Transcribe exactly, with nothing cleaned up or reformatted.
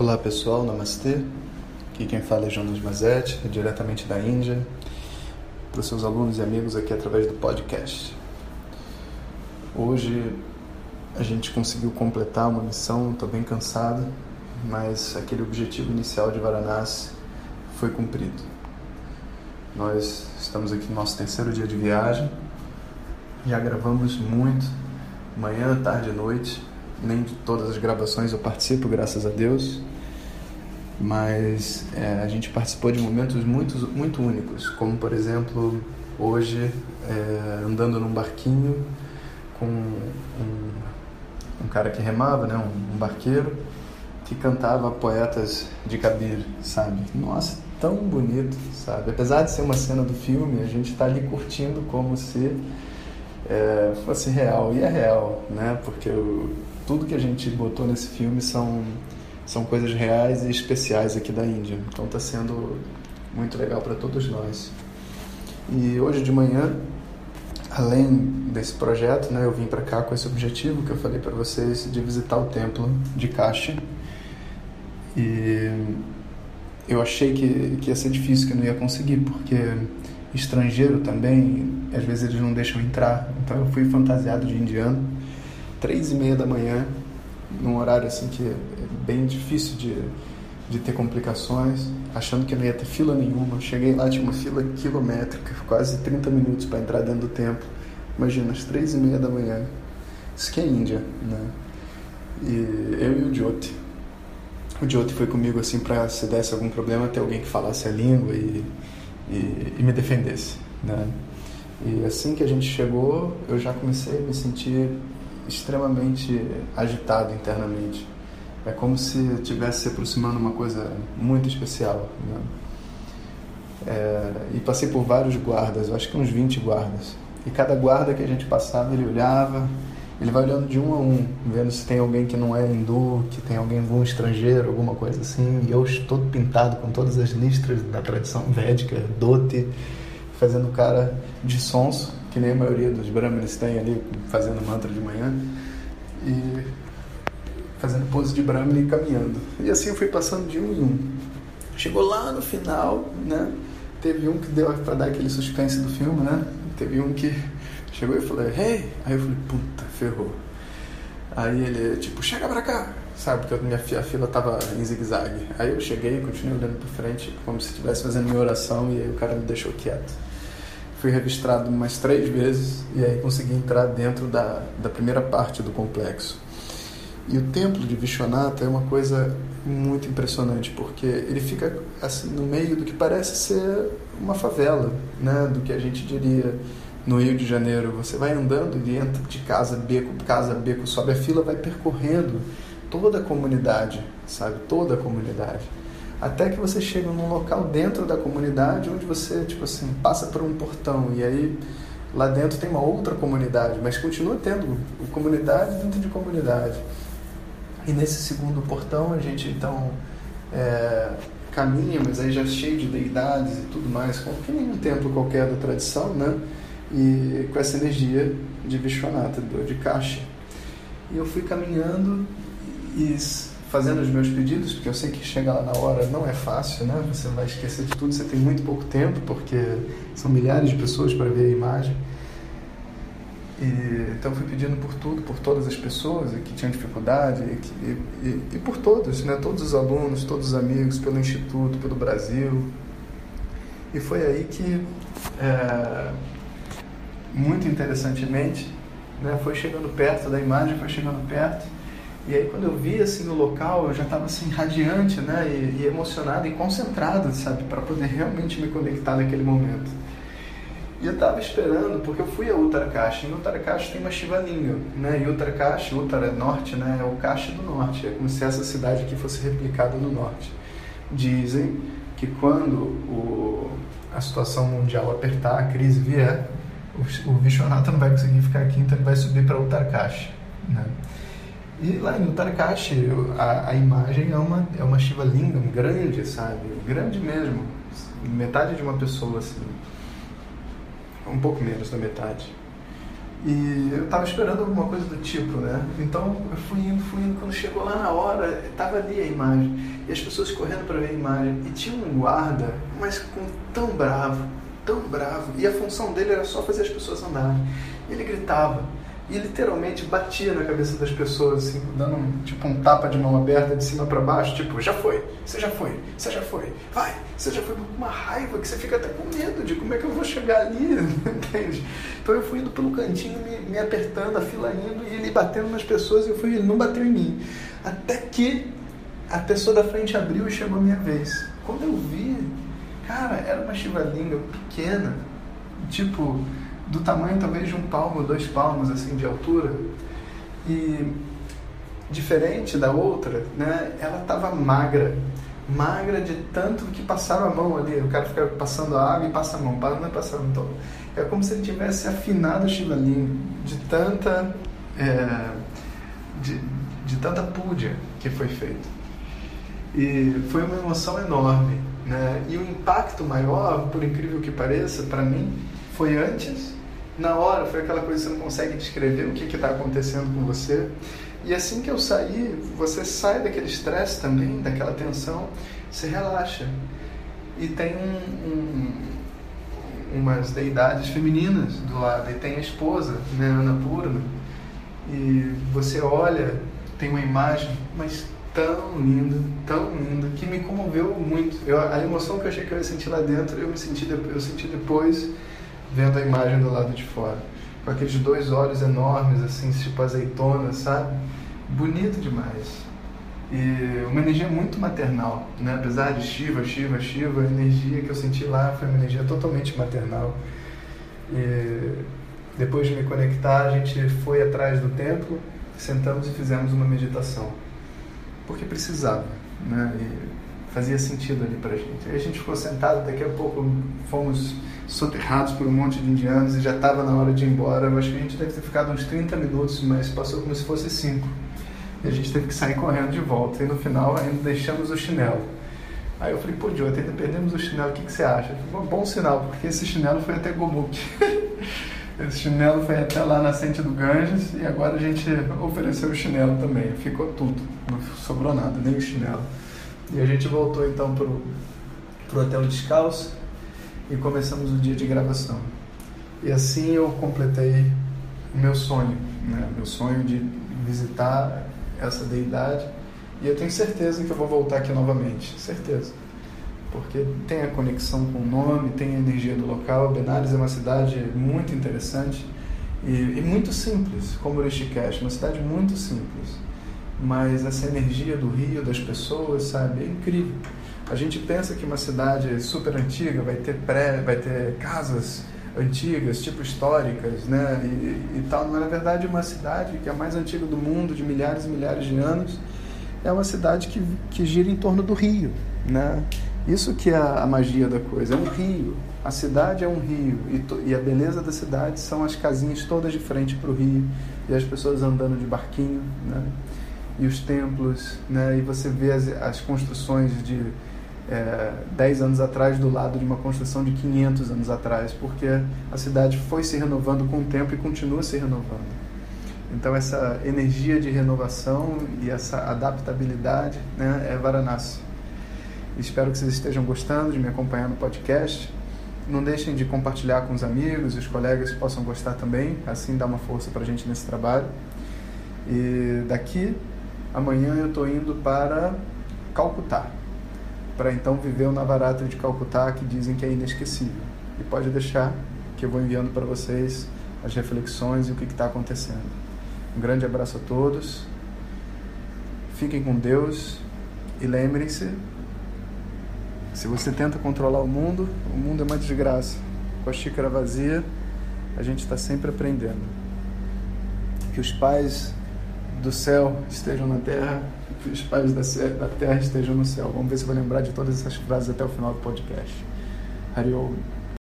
Olá pessoal, Namastê. Aqui quem fala é Jonas Mazetti, diretamente da Índia, para os seus alunos e amigos aqui através do podcast. Hoje a gente conseguiu completar uma missão, estou bem cansado, mas aquele objetivo inicial de Varanasi foi cumprido. Nós estamos aqui no nosso terceiro dia de viagem, já gravamos muito, manhã, tarde e noite. Nem de todas as gravações eu participo, graças a Deus, mas é, a gente participou de momentos muito, muito únicos, como por exemplo, hoje, é, andando num barquinho com um, um cara que remava, né, um, um barqueiro, que cantava poetas de Kabir, sabe? Nossa, tão bonito, sabe? Apesar de ser uma cena do filme, a gente está ali curtindo como se é, fosse real, e é real, né? Porque o tudo que a gente botou nesse filme são, são coisas reais e especiais aqui da Índia. Então está sendo muito legal para todos nós. E hoje de manhã, além desse projeto, né, eu vim para cá com esse objetivo que eu falei para vocês de visitar o templo de Kashi. E eu achei que, que ia ser difícil, que eu não ia conseguir, porque estrangeiro também, às vezes eles não deixam entrar. Então eu fui fantasiado de indiano, três e meia da manhã, num horário assim que é bem difícil de, de ter complicações, achando que não ia ter fila nenhuma. Cheguei lá, tinha uma fila quilométrica, quase trinta minutos para entrar dentro do templo. Imagina, às três e meia da manhã. Isso que é Índia, né? E eu e o Jyoti. O Jyoti foi comigo assim para, se desse algum problema, ter alguém que falasse a língua e, e, e me defendesse, né? E assim que a gente chegou, eu já comecei a me sentir extremamente agitado internamente. É como se estivesse se aproximando uma coisa muito especial, né? É, e passei por vários guardas, eu acho que uns vinte guardas. E cada guarda que a gente passava, ele olhava, ele vai olhando de um a um, vendo se tem alguém que não é hindu, que tem alguém, algum estrangeiro, alguma coisa assim. E eu todo pintado com todas as listras da tradição védica, dhoti, fazendo cara de sonso, que nem a maioria dos brahmanes tem ali, fazendo mantra de manhã, e fazendo pose de brahmana e caminhando. E assim eu fui passando de um em um. Chegou lá no final, né? Teve um que deu para dar aquele suspense do filme, né? Teve um que chegou e falou, hey! Aí eu falei, puta, ferrou. Aí ele, tipo, chega pra cá, sabe? Porque a minha a fila tava em zigue-zague. Aí eu cheguei, continuei olhando pra frente, como se estivesse fazendo minha oração, e aí o cara me deixou quieto. Fui registrado umas três vezes e aí consegui entrar dentro da, da primeira parte do complexo. E o templo de Vishwanatha é uma coisa muito impressionante, porque ele fica assim, no meio do que parece ser uma favela, né? Do que a gente diria no Rio de Janeiro. Você vai andando e entra de casa, beco, casa, beco, sobe a fila, vai percorrendo toda a comunidade, sabe? Toda a comunidade. Até que você chega num local dentro da comunidade onde você, tipo assim, passa por um portão e aí lá dentro tem uma outra comunidade, mas continua tendo comunidade dentro de comunidade. E nesse segundo portão a gente então é, caminha, mas aí já cheio de deidades e tudo mais, como que nenhum templo qualquer da tradição, né? E com essa energia de Vishwanatha, de Kashi. E eu fui caminhando e fazendo os meus pedidos, porque eu sei que chegar lá na hora não é fácil, né? Você vai esquecer de tudo, você tem muito pouco tempo, porque são milhares de pessoas para ver a imagem. E, então fui pedindo por tudo, por todas as pessoas que tinham dificuldade, e, que, e, e por todos, né? Todos os alunos, todos os amigos, pelo Instituto, pelo Brasil. E foi aí que, é, muito interessantemente, né? Foi chegando perto da imagem, foi chegando perto. E aí quando eu vi assim o local, eu já estava assim radiante, né, e, e emocionado e concentrado, sabe, para poder realmente me conectar naquele momento. E eu estava esperando, porque eu fui a Uttaracashi, e no Uttaracashi tem uma Shiva Linga, né, e Uttaracashi, Uttara é norte, né, é o Kashi do norte, é como se essa cidade aqui fosse replicada no norte. Dizem que quando o, a situação mundial apertar, a crise vier, o, o Vishwanatha não vai conseguir ficar aqui, então ele vai subir para Uttaracashi, né. E lá em Uttaracashi, a, a imagem é uma, é uma Shiva Lingam grande, sabe? Grande mesmo. Metade de uma pessoa, assim. Um pouco menos da metade. E eu estava esperando alguma coisa do tipo, né? Então eu fui indo, fui indo, quando chegou lá na hora, estava ali a imagem, e as pessoas correndo para ver a imagem, e tinha um guarda, mas com tão bravo, tão bravo, e a função dele era só fazer as pessoas andarem. Ele gritava, e literalmente batia na cabeça das pessoas, assim, dando um, tipo um tapa de mão aberta de cima para baixo, tipo, já foi, você já foi, você já foi, vai, você já foi, com uma raiva que você fica até com medo de como é que eu vou chegar ali, entende? Então eu fui indo pelo cantinho, me, me apertando, a fila indo, e ele batendo nas pessoas, e eu fui, ele não bateu em mim, até que a pessoa da frente abriu e chegou a minha vez. Quando eu vi, cara, era uma Shiva-linga pequena, tipo, do tamanho talvez de um palmo, dois palmos assim de altura, e diferente da outra, né, ela estava magra, magra de tanto que passaram a mão ali, o cara fica passando a água e passa a mão, não é passando, então é como se ele tivesse afinado a Shiva-linga de tanta é, de, de tanta púdia que foi feito, e foi uma emoção enorme, né, e o impacto maior, por incrível que pareça, para mim, foi antes. Na hora, foi aquela coisa que você não consegue descrever o que está acontecendo com você. E assim que eu saí, você sai daquele estresse também, daquela tensão, você relaxa. E tem um, um, umas deidades femininas do lado, e tem a esposa, né, Annapurna, e você olha, tem uma imagem, mas tão linda, tão linda, que me comoveu muito. Eu, a emoção que eu achei que eu ia sentir lá dentro, eu me senti, eu senti depois, vendo a imagem do lado de fora, com aqueles dois olhos enormes, assim, tipo azeitonas, sabe? Bonito demais. E uma energia muito maternal, né? Apesar de Shiva, Shiva, Shiva, a energia que eu senti lá foi uma energia totalmente maternal. E depois de me conectar, a gente foi atrás do templo, sentamos e fizemos uma meditação, porque precisava, né? E fazia sentido ali pra gente. Aí a gente ficou sentado, daqui a pouco fomos soterrados por um monte de indianos e já estava na hora de ir embora. Eu acho que a gente deve ter ficado uns trinta minutos, mas passou como se fosse cinco. E a gente teve que sair correndo de volta. E no final ainda deixamos o chinelo. Aí eu falei, pô, Jota, ainda perdemos o chinelo, o que, que você acha? Falei, bom sinal, porque esse chinelo foi até Gomukh. Esse chinelo foi até lá na nascente do Ganges, e agora a gente ofereceu o chinelo também. Ficou tudo, não sobrou nada, nem o chinelo. E a gente voltou então pro, pro hotel descalço, e começamos o dia de gravação. E assim eu completei o meu sonho, né? Meu sonho de visitar essa deidade. E eu tenho certeza que eu vou voltar aqui novamente, certeza. Porque tem a conexão com o nome, tem a energia do local. Benares é uma cidade muito interessante e, e muito simples, como Rishikesh, uma cidade muito simples. Mas essa energia do rio, das pessoas, sabe, é incrível. A gente pensa que uma cidade super antiga vai ter pré, vai ter casas antigas, tipo históricas, né, e, e tal. Mas, na verdade, uma cidade que é a mais antiga do mundo, de milhares e milhares de anos, é uma cidade que, que gira em torno do rio, né? Isso que é a, a magia da coisa, é um rio. A cidade é um rio, e, to, e a beleza da cidade são as casinhas todas de frente para o rio, e as pessoas andando de barquinho, né? E os templos, né? E você vê as, as construções de é, dez anos atrás do lado de uma construção de quinhentos anos atrás, porque a cidade foi se renovando com o tempo e continua se renovando. Então essa energia de renovação e essa adaptabilidade, né, é Varanasi. Espero que vocês estejam gostando de me acompanhar no podcast. Não deixem de compartilhar com os amigos e os colegas que possam gostar também, assim dá uma força para a gente nesse trabalho. E daqui, amanhã eu estou indo para Calcutá, para então viver o Navaratri de Calcutá, que dizem que é inesquecível. E pode deixar que eu vou enviando para vocês as reflexões e o que está acontecendo. Um grande abraço a todos, fiquem com Deus e lembrem-se, se você tenta controlar o mundo, o mundo é uma desgraça. Com a xícara vazia, a gente está sempre aprendendo. Que os pais do céu estejam na terra, que os pais da terra estejam no céu. Vamos ver se eu vou lembrar de todas essas frases até o final do podcast. Hari Om.